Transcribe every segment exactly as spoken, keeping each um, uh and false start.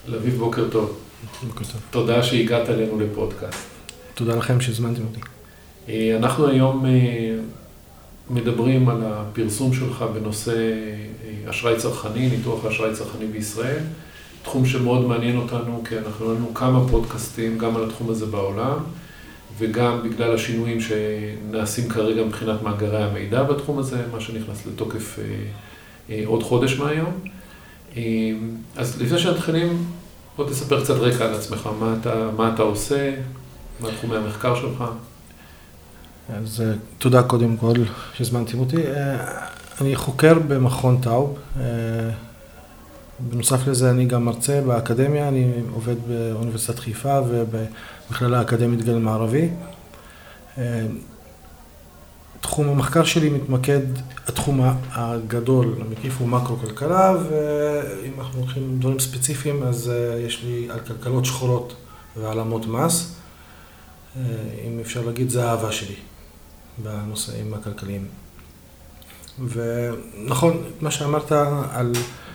לביב, בוקר טוב. בוקר טוב. תודה שהגעת אלינו לפודקאסט. תודה לכם שהזמנתם אותי. אנחנו היום מדברים על הפרסום שלך בנושא אשראי צרכני, ניתוח האשראי צרכני בישראל, תחום שמאוד מעניין אותנו, כי אנחנו לנו כמה פודקאסטים גם על התחום הזה בעולם, וגם בגלל השינויים שנעשים כרגע מבחינת מאגרי המידע בתחום הזה, מה שנכנס לתוקף עוד חודש מהיום. אז לפני שנתחילים, בוא תספר קצת רקע על עצמך, מה אתה, מה אתה עושה, מה תחומי המחקר שלך. אז תודה קודם כל שהזמנתם אותי. אני חוקר במכון טאוב. בנוסף לזה אני גם מרצה באקדמיה, אני עובד באוניברסיטת חיפה ובמכללה האקדמית גליל מערבי. תחום המחקר שלי מתמקד, התחום הגדול, המקיף הוא מקרו-כלכלה, ואם אנחנו הולכים דברים ספציפיים, אז יש לי על כלכלות שחורות ועל אמות מס. אם אפשר להגיד, זה האהבה שלי בנושאים הכלכליים. ונכון, מה שאמרת על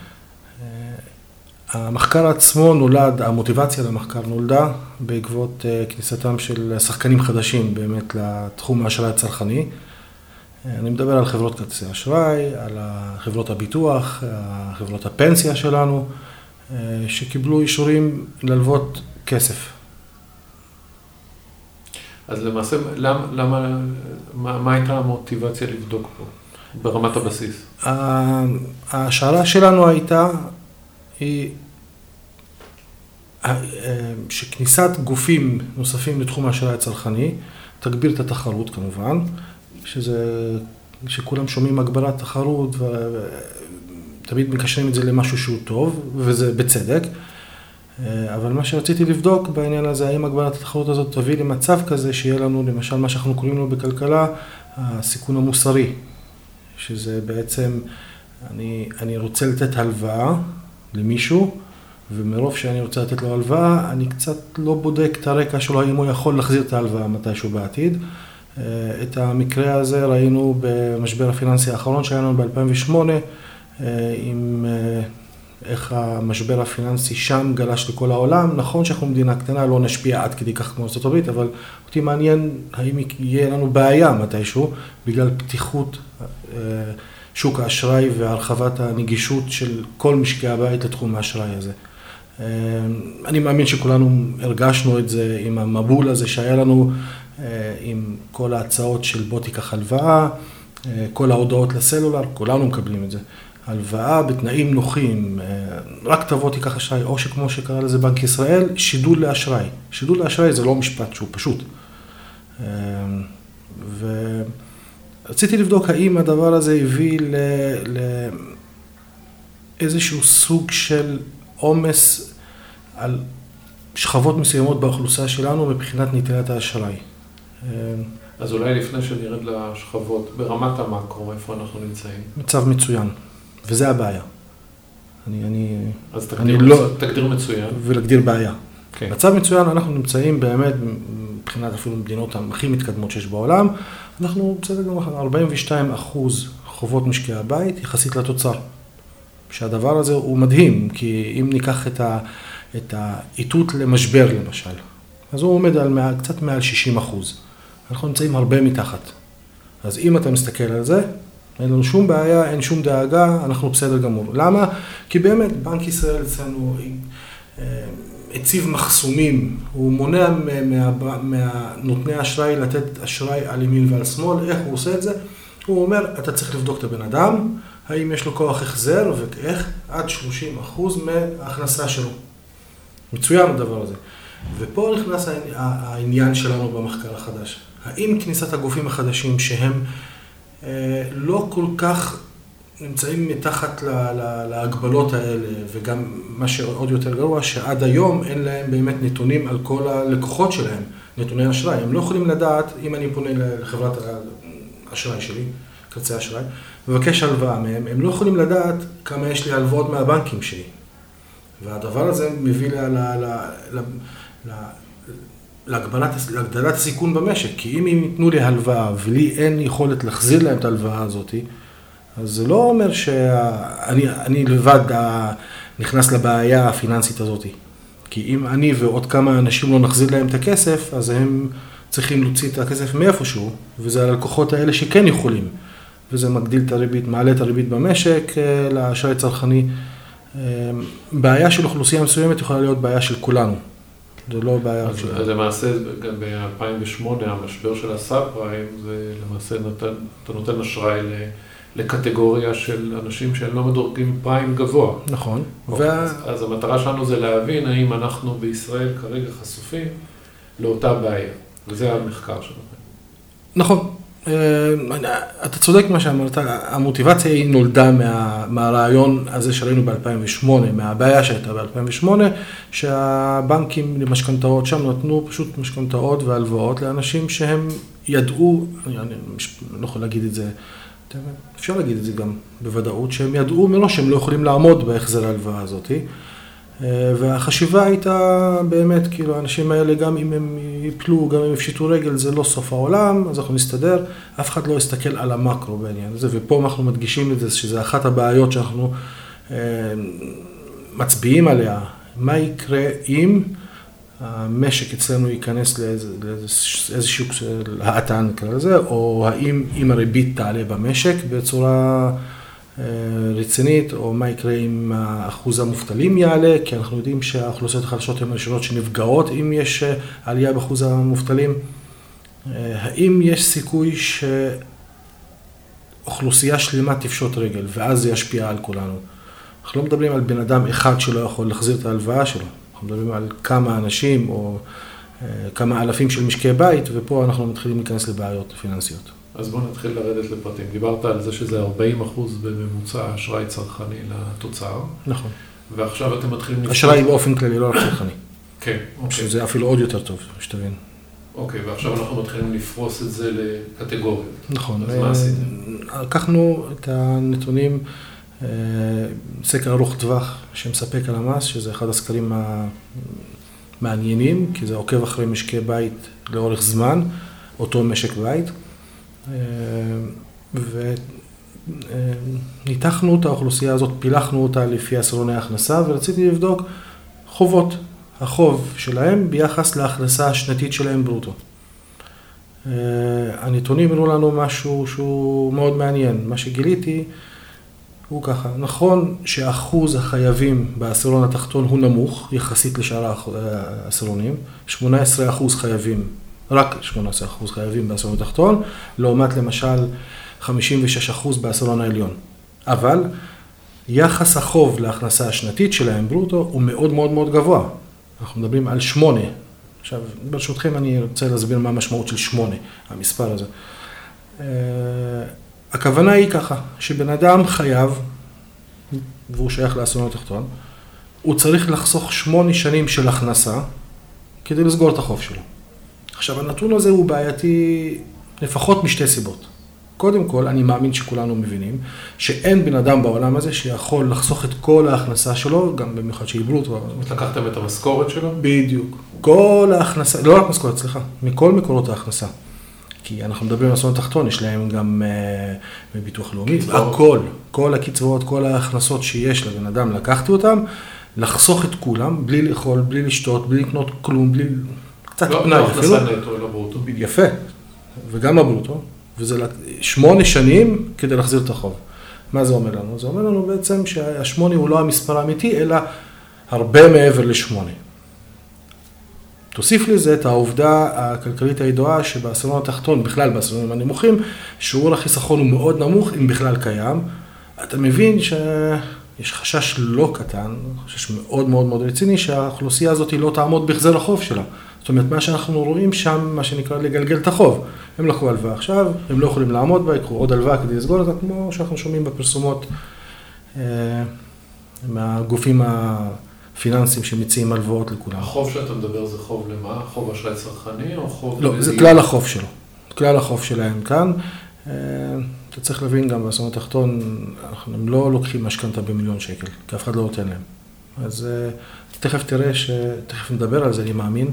המחקר עצמו נולד, המוטיבציה למחקר נולדה בעקבות כניסתם של שחקנים חדשים באמת לתחום האשראי הצרכני. אני מדבר על חברות כרטיסי אשראי, על חברות הביטוח, חברות הפנסיה שלנו, שקיבלו אישורים ללוות כסף. אז למעשה, למה, למה, מה, מה הייתה המוטיבציה לבדוק פה, ברמת הבסיס? ההשערה שלנו הייתה, היא שכניסת גופים נוספים לתחום האשראי הצרכני, תגביר את התחרות כמובן, שזה, שכולם שומעים הגברת תחרות, ותמיד מקשרים את זה למשהו שהוא טוב, וזה בצדק. אבל מה שרציתי לבדוק בעניין הזה, האם הגברת התחרות הזאת תביא למצב כזה, שיהיה לנו למשל מה שאנחנו קוראים לו בכלכלה, הסיכון המוסרי, שזה בעצם, אני, אני רוצה לתת הלוואה למישהו, ומרוב שאני רוצה לתת לו הלוואה, אני קצת לא בודק את הרקע שלו, האם הוא יכול להחזיר את ההלוואה מתישהו בעתיד. את המקרה הזה ראינו במשבר הפיננסי האחרון שהיה לנו ב-אלפיים ושמונה, עם איך המשבר הפיננסי שם גלש לכל העולם. נכון שאנחנו מדינה קטנה, לא נשפיע עד כדי כך כמו ארצות הברית, אבל אותי מעניין האם יהיה לנו בעיה מתישהו, בגלל פתיחות שוק האשראי והרחבת הנגישות של כל משקי הבית לתחום האשראי הזה. אני מאמין שכולנו הרגשנו את זה עם המבול הזה שהיה לנו, עם כל ההצעות של בוא תיקח הלוואה, כל ההודעות לסלולר, כולנו מקבלים את זה. הלוואה בתנאים נוחים, רק תבוא תיקח אשראי, או שכמו שקרא לזה בנק ישראל, שידול לאשראי. שידול לאשראי זה לא משפט שהוא פשוט. ורציתי לבדוק האם הדבר הזה הביא לאיזשהו סוג של עומס על שכבות מסוימות באוכלוסייה שלנו מבחינת נטילת האשראי. אז אולי לפני שנרד לשכבות, ברמת המקרו, איפה אנחנו נמצאים? מצב מצוין, וזה הבעיה. אני, אני, אז תגדיר, אני מצו... לא... תגדיר מצוין. ולהגדיר בעיה. Okay. מצב מצוין, אנחנו נמצאים באמת, מבחינת אפילו מדינות הכי מתקדמות שיש בעולם, אנחנו בסדר גם ארבעים ושתיים אחוז חובות משקי הבית יחסית לתוצר. שהדבר הזה הוא מדהים, כי אם ניקח את ה... את האיתות למשבר למשל, אז הוא עומד על מעל, קצת מעל שישים אחוז. אנחנו נמצאים הרבה מתחת. אז אם אתה מסתכל על זה, אין לנו שום בעיה, אין שום דאגה, אנחנו בסדר גמור. למה? כי באמת בנק ישראל אצלנו הציב מחסומים, הוא מונע מהנותני האשראי לתת אשראי על ימין ועל שמאל. איך הוא עושה את זה? הוא אומר, אתה צריך לבדוק את הבן אדם, האם יש לו כוח החזר ואיך עד שלושים אחוז מההכנסה שלו. מצוין הדבר הזה. ופה נכנס העניין שלנו במחקר החדש. האם כניסת הגופים החדשים שהם אה, לא כל כך נמצאים מתחת לה, לה, להגבלות האלה, וגם מה שעוד יותר גרוע, שעד היום אין להם באמת נתונים על כל הלקוחות שלהם, נתוני אשראי. הם לא יכולים לדעת, אם אני פונה לחברת האשראי שלי, כרטיסי אשראי, מבקש הלוואה מהם, הם לא יכולים לדעת כמה יש לי הלוואות מהבנקים שלי. והדבר הזה מביא ל, ל, ל, ל, ל, להגבלת, להגדלת הסיכון במשק, כי אם הם ייתנו לי הלוואה ולי אין יכולת להחזיר להם את ההלוואה הזאת, אז זה לא אומר שאני אני לבד נכנס לבעיה הפיננסית הזאת. כי אם אני ועוד כמה אנשים לא נחזיר להם את הכסף, אז הם צריכים להוציא את הכסף מאיפשהו, וזה הלקוחות האלה שכן יכולים. וזה מגדיל את הריבית, מעלה את הריבית במשק לאשראי צרכני. בעיה של אוכלוסייה מסוימת יכולה להיות בעיה של כולנו. זה לא בעיה רק שלנו. אז למעשה, גם ב-אלפיים ושמונה, המשבר של הסאב פריים, זה למעשה נותן, אתה נותן אשראי לקטגוריה של אנשים שהם לא מדורגים פריים גבוה. נכון. וה... אז, אז המטרה שלנו זה להבין האם אנחנו בישראל כרגע חשופים לאותה בעיה. וזה המחקר שלנו. נכון. אתה צודק מה שאמרת, המוטיבציה היא נולדה מה, מהרעיון הזה שראינו ב-אלפיים ושמונה, מהבעיה שהייתה ב-אלפיים ושמונה, שהבנקים למשכנתאות שם נתנו פשוט משכנתאות והלוואות לאנשים שהם ידעו, אני לא יכול להגיד את זה, אפשר להגיד את זה גם בוודאות, שהם ידעו מראש שהם לא יכולים לעמוד בהחזר ההלוואה הזאת. והחשיבה הייתה באמת, כאילו, האנשים האלה, גם אם הם ייפלו, גם אם יפשיטו רגל, זה לא סוף העולם, אז אנחנו נסתדר, אף אחד לא יסתכל על המקרו בעניין הזה, ופה אנחנו מדגישים את זה, שזה אחת הבעיות שאנחנו אה, מצביעים עליה, מה יקרה אם המשק אצלנו ייכנס לאיזשהו האטה נקרא לזה, או האם אם הריבית תעלה במשק בצורה רצינית, או מה יקרה אם אחוז המובטלים יעלה, כי אנחנו יודעים שהאוכלוסיות החלשות הן הראשונות שנפגעות אם יש עלייה באחוז המובטלים. האם יש סיכוי שאוכלוסייה שלמה תפשוט רגל, ואז זה ישפיע על כולנו? אנחנו לא מדברים על בן אדם אחד שלא יכול להחזיר את ההלוואה שלו, אנחנו מדברים על כמה אנשים או כמה אלפים של משקי בית, ופה אנחנו מתחילים להיכנס לבעיות פיננסיות. אז בואו נתחיל לרדת לפרטים. דיברת על זה שזה ארבעים אחוז בממוצע אשראי צרכני לתוצר. נכון. ועכשיו אתם מתחילים... אשראי באופן כללי, לא רק צרכני. כן, אוקיי. שזה אפילו עוד יותר טוב, שתבין. אוקיי, ועכשיו אנחנו מתחילים לפרוס את זה לקטגוריות. נכון. אז מה עשיתם? לקחנו את הנתונים, סקר ארוך טווח שמספק על המס, שזה אחד הסקרים המעניינים, כי זה עוקב אחרי משקי בית לאורך זמן, אותו משק בית. וניתחנו את האוכלוסייה הזאת, פילחנו אותה לפי עשירוני ההכנסה, ורציתי לבדוק חובות, החוב שלהם ביחס להכנסה השנתית שלהם ברוטו. הנתונים הראו לנו משהו שהוא מאוד מעניין. מה שגיליתי הוא ככה, נכון שאחוז החייבים בעשירון התחתון הוא נמוך, יחסית לשאר העשירונים, שמונה עשרה אחוז חייבים, רק שמונה עשרה אחוז חייבים בעשירון התחתון, לעומת למשל חמישים ושש אחוז בעשירון העליון. אבל יחס החוב להכנסה השנתית שלהם ברוטו הוא מאוד מאוד מאוד גבוה. אנחנו מדברים על שמונה. עכשיו, ברשותכם אני רוצה להסביר מה המשמעות של שמונה, המספר הזה. הכוונה היא ככה, שבן אדם חייב, והוא שייך לעשירון התחתון, הוא צריך לחסוך שמונה שנים של הכנסה כדי לסגור את החוב שלו. עכשיו, הנתון הזה הוא בעייתי לפחות משתי סיבות. קודם כל, אני מאמין שכולנו מבינים שאין בן אדם בעולם הזה שיכול לחסוך את כל ההכנסה שלו, גם במיוחד שהיא ברוטו. לקחתם את המשכורת שלו? בדיוק. כל ההכנסה, לא רק משכורת, סליחה, מכל מקורות ההכנסה. כי אנחנו מדברים על עשירון תחתון, יש להם גם uh, מביטוח לאומי, הכל, כל הקצבאות, כל ההכנסות שיש לבן אדם, לקחתי אותם, לחסוך את כולם, בלי לאכול, בלי לשתות, בלי לקנות כלום, בלי... קצת לא, פנאי, לא הכנסה נטו, אלא ברוטו. יפה, וגם הברוטו, וזה שמונה שנים כדי להחזיר את החוב. מה זה אומר לנו? זה אומר לנו בעצם שהשמונה הוא לא המספר האמיתי, אלא הרבה מעבר לשמונה. תוסיף לזה את העובדה הכלכלית הידועה שבעשירון התחתון, בכלל בעשירונים הנמוכים, שיעור החיסכון הוא מאוד נמוך, אם בכלל קיים. אתה מבין שיש חשש לא קטן, חשש מאוד מאוד מאוד רציני, שהאוכלוסייה הזאת לא תעמוד בהחזר החוב שלה. זאת אומרת, מה שאנחנו רואים שם, מה שנקרא לגלגל את החוב. הם לקחו הלוואה עכשיו, הם לא יכולים לעמוד בה, יקחו עוד הלוואה כדי לסגור אותה, כמו שאנחנו שומעים בפרסומות אה, מהגופים הפיננסיים שמציעים הלוואות לכולם. החוב שאתה מדבר זה חוב למה? חוב אשראי צרכני או חוב... לא, זה כלל החוב שלו. כלל החוב שלהם כאן. אה, אתה צריך להבין גם בעשירון התחתון, הם לא לוקחים משכנתא במיליון שקל, כי אף אחד לא נותן להם. אז אה, תכף תראה, ש... תכף נדבר על זה, אני מאמין.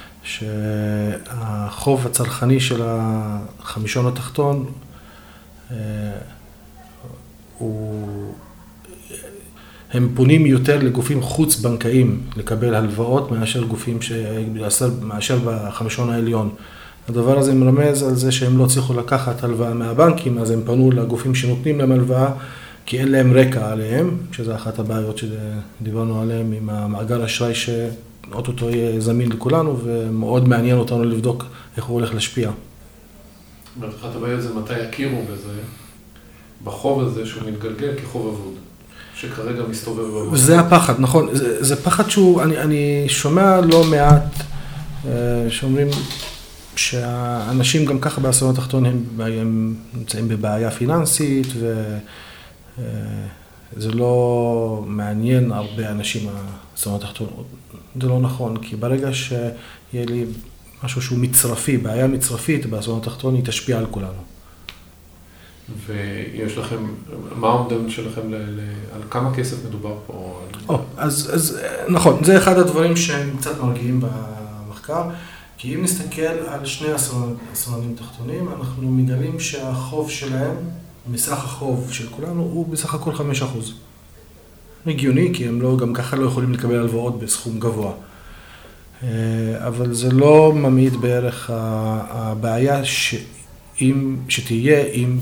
שהחוב הצרכני של החמישון התחתון הוא הם פונים יותר לגופים חוץ-בנקאיים לקבל הלוואות מאשר גופים מאשר בחמישון העליון. הדבר הזה מרמז על זה שהם לא צריכו לקחת הלוואה מהבנקים, אז הם פנו לגופים שנותנים להם הלוואה, כי אין להם רקע עליהם, שזה אחת הבעיות שדיברנו עליהם עם המאגר אשראי שאוטוטו יהיה זמין לכולנו, ומאוד מעניין אותנו לבדוק איך הוא הולך להשפיע. אחת הבעיות זה מתי יכירו בזה, בחוב הזה שהוא מתגלגל כחוב אבוד, שכרגע מסתובב בבוא. זה הפחד, נכון. זה, זה פחד שהוא, אני, אני שומע לא מעט שאומרים שהאנשים גם ככה בעשירון התחתון הם, הם נמצאים בבעיה פיננסית, וזה לא מעניין הרבה אנשים בעשירון התחתון. זה לא נכון, כי ברגע שיהיה לי משהו שהוא מצרפי, בעיה מצרפית בעשירון התחתון, היא תשפיע על כולנו. ויש לכם, מה העומדן שלכם, ל, ל, על כמה כסף מדובר פה? או, אז, אז נכון, זה אחד הדברים שהם קצת מרגיעים במחקר, כי אם נסתכל על שני עשירונים תחתונים, אנחנו מגלים שהחוב שלהם, מסך החוב של כולנו, הוא בסך הכל חמישה אחוז. הגיוני, כי הם לא, גם ככה לא יכולים לקבל הלוואות בסכום גבוה. אבל זה לא ממעיט בערך הבעיה שאם, שתהיה אם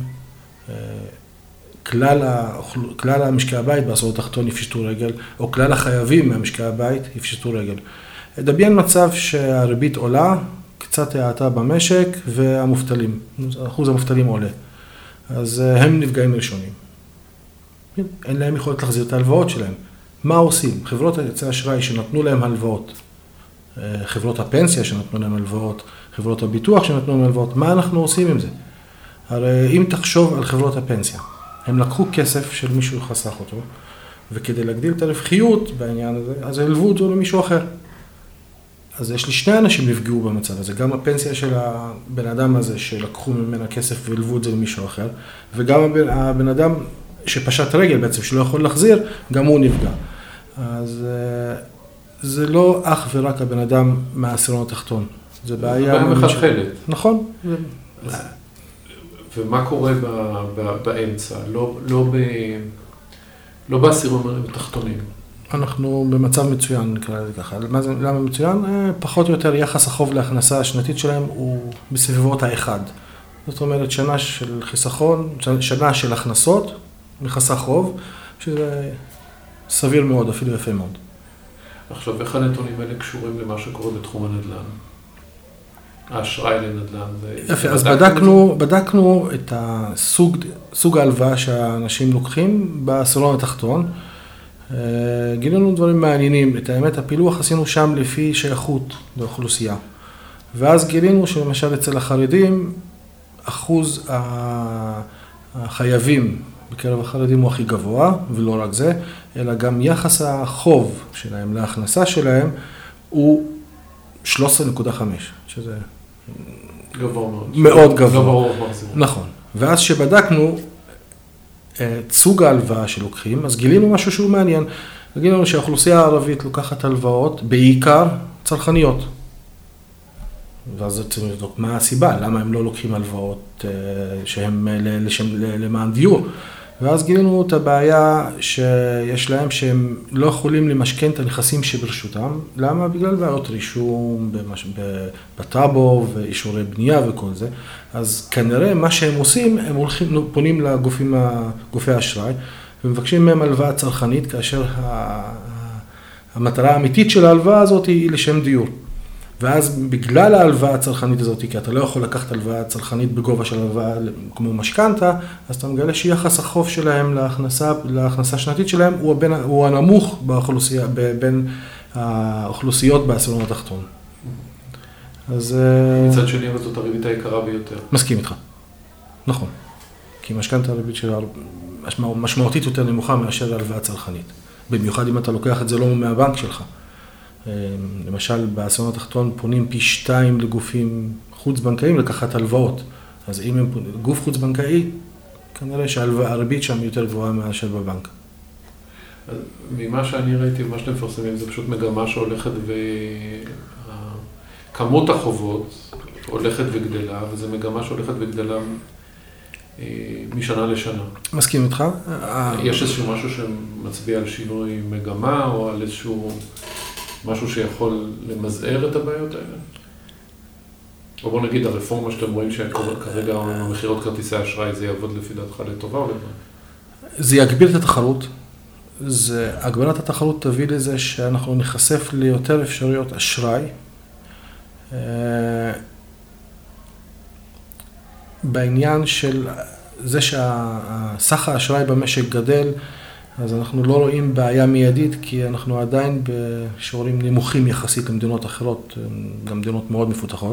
כלל, כלל המשקי הבית בעשור התחתון יפשטו רגל, או כלל החייבים מהמשקי הבית יפשטו רגל. דמיין מצב שהריבית עולה, קצת האטה במשק, והמובטלים, אחוז המובטלים עולה. אז הם נפגעים ראשונים. אין להם יכולת להחזיר את ההלוואות שלהם. מה עושים? חברות היצע אשראי שנתנו להם הלוואות, חברות הפנסיה שנתנו להם הלוואות, חברות הביטוח שנתנו להם הלוואות, מה אנחנו עושים עם זה? הרי אם תחשוב על חברות הפנסיה, הם לקחו כסף של מישהו חסך אותו, וכדי להגדיל את הרווחיות בעניין הזה, אז הלוו אותו למישהו אחר. אז יש לי שני אנשים נפגעו במצב הזה, גם הפנסיה של הבן אדם הזה שלקחו ממנה כסף והלוו את זה למישהו אחר, וגם הבן, הבן אדם שפשט רגל בעצם, שלא יכול להחזיר, גם הוא נפגע. אז זה לא אך ורק הבן אדם מהעשירון התחתון. זה בעיה... בעיה מחלחלת. נכון. ומה קורה באמצע? לא, לא, ב... לא בעשירון התחתונים. אנחנו במצב מצוין, נקרא לזה ככה. מה זה, למה מצוין? פחות או יותר יחס החוב להכנסה השנתית שלהם הוא בסביבות האחד. זאת אומרת, שנה של חיסכון, שנה של הכנסות, מכסה חוב, שזה סביר מאוד, אפילו יפה מאוד. עכשיו, איך הנתונים האלה קשורים למה שקורה בתחום הנדל"ן? האשראי לנדל"ן. יפה, אז בדקנו, בדקנו את הסוג, סוג ההלוואה שהאנשים לוקחים בעשירון התחתון. גילינו דברים מעניינים. את האמת, הפילוח עשינו שם לפי שייכות לאוכלוסייה. ואז גילינו שלמשל אצל החרדים, אחוז החייבים בקרב החרדים הוא הכי גבוה, ולא רק זה, אלא גם יחס החוב שלהם להכנסה שלהם הוא שלוש עשרה נקודה חמש, שזה גבוה מאוד. מאוד גבוה. גבוה. נכון. ואז שבדקנו את סוג ההלוואה שלוקחים, אז גילינו משהו שהוא מעניין. גילינו שהאוכלוסייה הערבית לוקחת הלוואות, בעיקר צרכניות. ואז צריכים לבדוק מה הסיבה, למה הם לא לוקחים הלוואות שהם למען דיור. ואז גילינו את הבעיה שיש להם שהם לא יכולים למשכן את הנכסים שברשותם. למה? בגלל בעיות רישום, בטאבו ואישורי בנייה וכל זה. אז כנראה מה שהם עושים, הם הולכים, פונים לגופים, גופי האשראי, ומבקשים מהם הלוואה צרכנית, כאשר המטרה האמיתית של ההלוואה הזאת היא לשם דיור. ואז בגלל ההלוואה הצרכנית הזאת, כי אתה לא יכול לקחת הלוואה צרכנית בגובה של הלוואה כמו משכנתה, אז אתה מגלה שיחס החוב שלהם להכנסה, להכנסה השנתית שלהם הוא, הבין, הוא הנמוך באוכלוסייה, בין האוכלוסיות בעשירון התחתון. אז... מצד שני, אבל זאת הריבית היקרה ביותר. מסכים איתך. נכון. כי משכנתה הריבית שלה משמעותית יותר נמוכה מאשר הלוואה צרכנית. במיוחד אם אתה לוקח את זה לא מהבנק שלך. למשל, בעשירון התחתון פונים פי שתיים לגופים חוץ-בנקאיים לקחת הלוואות. אז אם הם פונים, גוף חוץ-בנקאי, כנראה שהריבית שם יותר גבוהה מאשר בבנק. ממה שאני ראיתי ומה שאתם מפרסמים, זה פשוט מגמה שהולכת וכמות החובות הולכת וגדלה, וזו מגמה שהולכת וגדלה משנה לשנה. מסכים איתך. יש איזשהו משהו שמצביע על שינוי מגמה, או על איזשהו משהו שיכול למזער את הבעיות האלה? או בוא נגיד, הרפורמה שאתם רואים שכרגע המחירות כרטיסי אשראי, זה יעבוד לפי דעתך לטובה או למה? זה יגביל את התחרות. זה, הגבלת התחרות תביא לזה שאנחנו נחשף ליותר אפשרויות אשראי. בעניין של זה שהסך האשראי במשק גדל, אז אנחנו לא רואים בעיה מיידית, כי אנחנו עדיין בשיעורים נמוכים יחסית למדינות אחרות, גם מדינות מאוד מפותחות.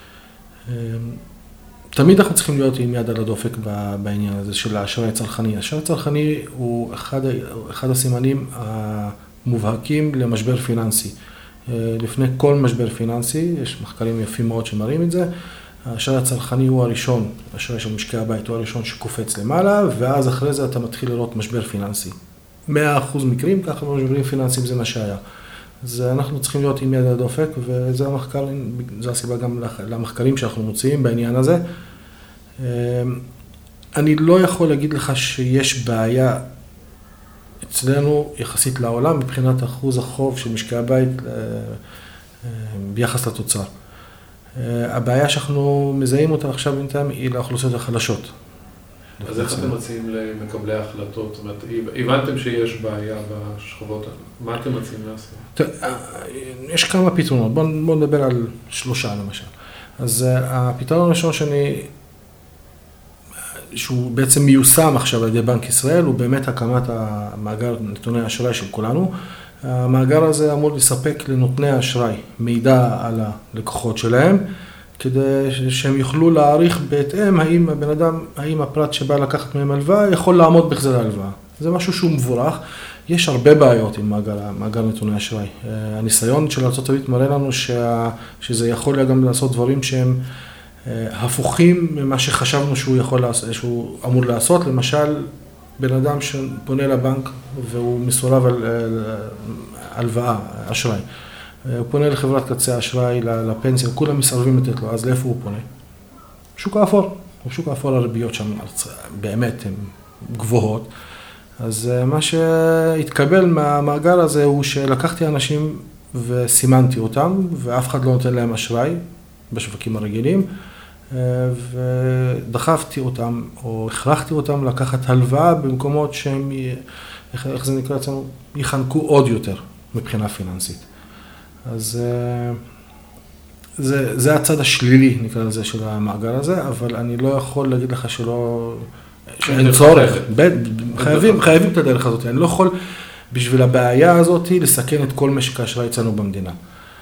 תמיד אנחנו צריכים להיות עם יד על הדופק בעניין הזה של האשראי הצרכני. האשראי הצרכני הוא אחד, אחד הסימנים המובהקים למשבר פיננסי. לפני כל משבר פיננסי, יש מחקרים יפים מאוד שמראים את זה, האשראי הצרכני הוא הראשון, האשראי של משקי הבית הוא הראשון שקופץ למעלה, ואז אחרי זה אתה מתחיל לראות משבר פיננסי. מאה אחוז מקרים, ככה משברים פיננסיים זה מה שהיה. אז אנחנו צריכים להיות עם יד על הדופק, וזה המחקר, זו הסיבה גם למחקרים שאנחנו מוציאים בעניין הזה. אני לא יכול להגיד לך שיש בעיה אצלנו יחסית לעולם, מבחינת אחוז החוב של משקי הבית ביחס לתוצר. הבעיה שאנחנו מזהים אותה עכשיו בינתיים היא לאוכלוסיות החלשות. אז איך אתם מציעים למקבלי ההחלטות? זאת אומרת, הבנתם שיש בעיה בשכבות, מה אתם מציעים לעשות? יש כמה פתרונות, בואו נדבר על שלושה למשל. אז הפתרון הראשון שאני, שהוא בעצם מיושם עכשיו על ידי בנק ישראל, הוא באמת הקמת המאגר נתוני האשראי של כולנו. המאגר הזה אמור לספק לנותני האשראי מידע על הלקוחות שלהם, כדי שהם יוכלו להעריך בהתאם האם הבן אדם, האם הפרט שבא לקחת מהם הלוואה יכול לעמוד בהחזר ההלוואה. זה משהו שהוא מבורך. יש הרבה בעיות עם מאגר, מאגר נתוני אשראי. הניסיון של ארצות הברית מראה לנו שה, שזה יכול גם לעשות דברים שהם הפוכים ממה שחשבנו שהוא יכול לעשות, שהוא אמור לעשות. למשל, בן אדם שפונה לבנק והוא מסורב על הלוואה, אשראי. הוא פונה לחברת קצה אשראי, לפנסיה, כולם מסרבים לתת לו, אז לאיפה הוא פונה? שוק האפור. שוק האפור הריביות שם באמת הן גבוהות. אז מה שהתקבל מהמאגר הזה הוא שלקחתי אנשים וסימנתי אותם, ואף אחד לא נותן להם אשראי בשווקים הרגילים, ודחפתי אותם, או הכרחתי אותם לקחת הלוואה במקומות שהם, איך זה נקרא אצלנו, יחנקו עוד יותר מבחינה פיננסית. אז זה, זה הצד השלילי, נקרא לזה, של המאגר הזה, אבל אני לא יכול להגיד לך שלא, שאין צורך, חייבים, חייבים את הדרך הזאת. אני לא יכול בשביל הבעיה הזאת לסכן את כל משק האשראי אצלנו במדינה.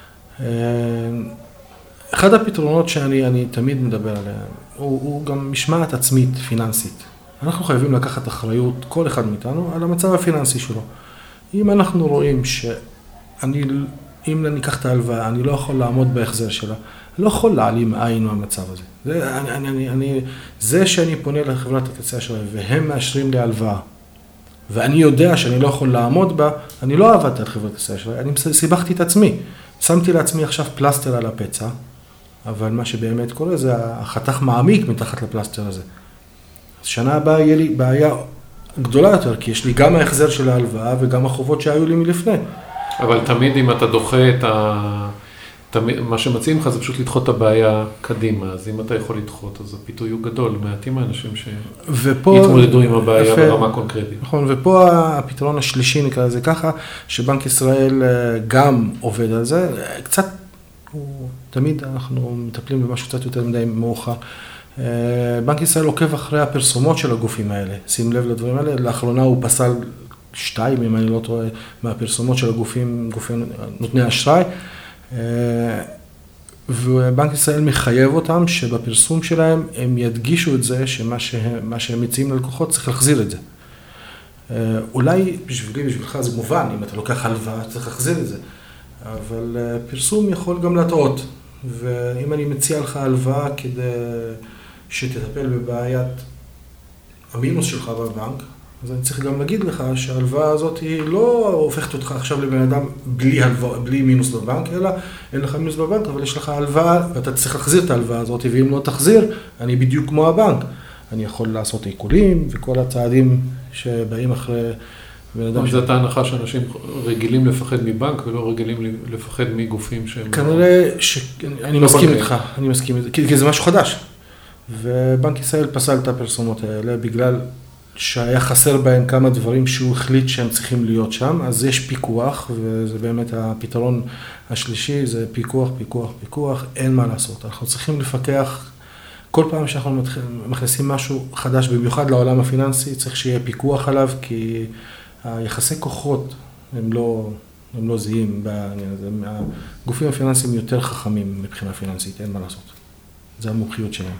אחד הפתרונות שאני אני תמיד מדבר עליהם, הוא, הוא גם משמעת עצמית פיננסית. אנחנו חייבים לקחת אחריות, כל אחד מאיתנו, על המצב הפיננסי שלו. אם אנחנו רואים שאני, אם אני אקח את ההלוואה, אני לא יכול לעמוד בהחזר שלה, אני לא יכול להעלים עין מהמצב הזה. זה, אני, אני, אני, אני, זה שאני פונה לחברת הקצה אשראי, והם מאשרים לי הלוואה, ואני יודע שאני לא יכול לעמוד בה, אני לא עבדתי על חברת הקצה אשראי, אני סיבכתי את עצמי. שמתי לעצמי עכשיו פלסטר על הפצע, אבל מה שבאמת קורה זה החתך מעמיק מתחת לפלסטר הזה. אז שנה הבאה יהיה לי בעיה גדולה יותר, כי יש לי גם ההחזר של ההלוואה וגם החובות שהיו לי מלפני. אבל תמיד אם אתה דוחה את ה... תמיד, מה שמציעים לך זה פשוט לדחות את הבעיה קדימה, אז אם אתה יכול לדחות, אז הפיתוי הוא גדול, מעטים האנשים שיתמודדו עם הבעיה יפה, ברמה קונקרטית. נכון, ופה הפתרון השלישי נקרא לזה ככה, שבנק ישראל גם עובד על זה, קצת, הוא, תמיד אנחנו מטפלים במשהו קצת יותר מדי מאוחר. בנק ישראל עוקב אחרי הפרסומות של הגופים האלה, שים לב לדברים האלה, לאחרונה הוא פסל שתיים, אם אני לא טועה, מהפרסומות של הגופים, גופים נותני אשראי, ובנק ישראל מחייב אותם שבפרסום שלהם הם ידגישו את זה שמה שהם, מה שהם מציעים ללקוחות צריך להחזיר את זה. אולי בשבילי, בשבילך זה מובן, אם אתה לוקח הלוואה צריך להחזיר את זה, אבל פרסום יכול גם להטעות, ואם אני מציע לך הלוואה כדי שתטפל בבעיית המינוס שלך בבנק, אז אני צריך גם להגיד לך שההלוואה הזאת היא לא הופכת אותך עכשיו לבן אדם בלי, הלוואה, בלי מינוס בבנק, אלא אין לך מינוס בבנק, אבל יש לך הלוואה, ואתה צריך להחזיר את ההלוואה הזאת, ואם לא תחזיר, אני בדיוק כמו הבנק. אני יכול לעשות עיקולים, וכל הצעדים שבאים אחרי בן אדם. זו הייתה הנחה שאנשים רגילים לפחד מבנק, ולא רגילים לפחד מגופים שהם... כנראה שאני מסכים איתך, אני מסכים איתך, כי זה משהו חדש. ובנק ישראל פסל את הפרסומות האלה, בגלל שהיה חסר בהם כמה דברים שהוא החליט שהם צריכים להיות שם, אז יש פיקוח, וזה באמת הפתרון השלישי, זה פיקוח, פיקוח, פיקוח, אין מה לעשות. אנחנו צריכים לפקח, כל פעם שאנחנו מכניסים משהו חדש, במיוחד לעולם הפיננסי, צריך שיהיה פיקוח עליו, כי היחסי כוחות הם לא, הם לא זהים, הגופים הפיננסיים יותר חכמים מבחינה פיננסית, אין מה לעשות. זה המומחיות שלהם.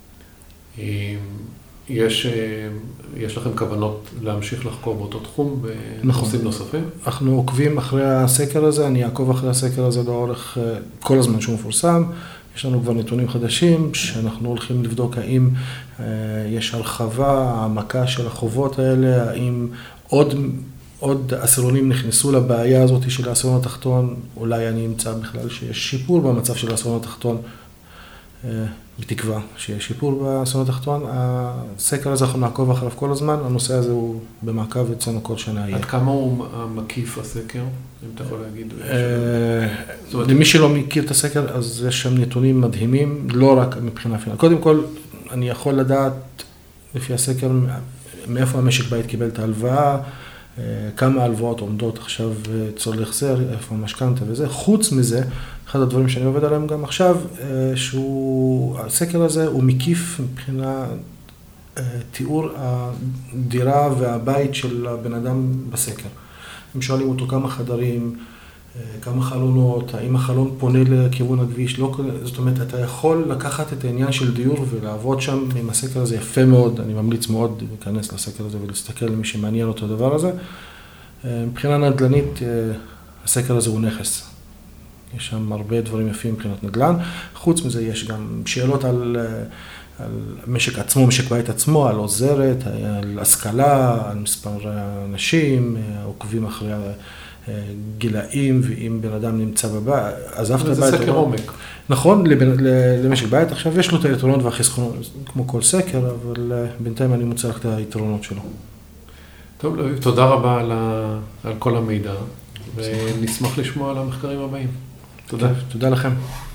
יש, יש לכם כוונות להמשיך לחקור באותו תחום בנושאים נוספים? אנחנו עוקבים אחרי הסקר הזה, אני אעקוב אחרי הסקר הזה לאורך כל הזמן שהוא מפורסם. יש לנו כבר נתונים חדשים שאנחנו הולכים לבדוק האם יש הרחבה, העמקה של החובות האלה, האם עוד, עוד עשירונים נכנסו לבעיה הזאת של העשירון התחתון, אולי אני אמצא בכלל שיש שיפור במצב של העשירון התחתון. בתקווה שיש שיפור בעשירון התחתון. הסקר הזה אנחנו נעקוב אחריו כל הזמן, הנושא הזה הוא במעקב אצלנו כל שנה. עד כמה הוא מקיף הסקר, אם אתה יכול להגיד? למי שלא מכיר את הסקר, אז יש שם נתונים מדהימים, לא רק מבחינה פיננסית. קודם כל, אני יכול לדעת לפי הסקר מאיפה המשק בית קיבל את ההלוואה, כמה הלוואות עומדות עכשיו צורך להחזר, איפה המשכנתא וזה. חוץ מזה, אחד הדברים שאני עובד עליהם גם עכשיו, שהוא, הסקר הזה הוא מקיף מבחינה תיאור הדירה והבית של הבן אדם בסקר. הם שואלים אותו כמה חדרים, כמה חלונות, האם החלון פונה לכיוון הכביש, לא, זאת אומרת, אתה יכול לקחת את העניין של דיור ולעבוד שם עם הסקר הזה יפה מאוד, אני ממליץ מאוד להיכנס לסקר הזה ולהסתכל למי שמעניין אותו הדבר הזה. מבחינה נדל"נית, הסקר הזה הוא נכס. יש שם הרבה דברים יפים מבחינת נדל"ן. חוץ מזה יש גם שאלות על, על משק עצמו, משק בית עצמו, על עוזרת, על השכלה, על מספר אנשים, עוקבים אחרי גילאים, ואם בן אדם נמצא בבית, עזב את הבית. זה סקר עומק. נכון, למשק בית. עכשיו יש לו את היתרונות והחסכונות, כמו כל סקר, אבל בינתיים אני מוצא לך את היתרונות שלו. טוב, תודה רבה על, ה... על כל המידע, ונשמח לשמוע על המחקרים הבאים. תודה. תודה לכם.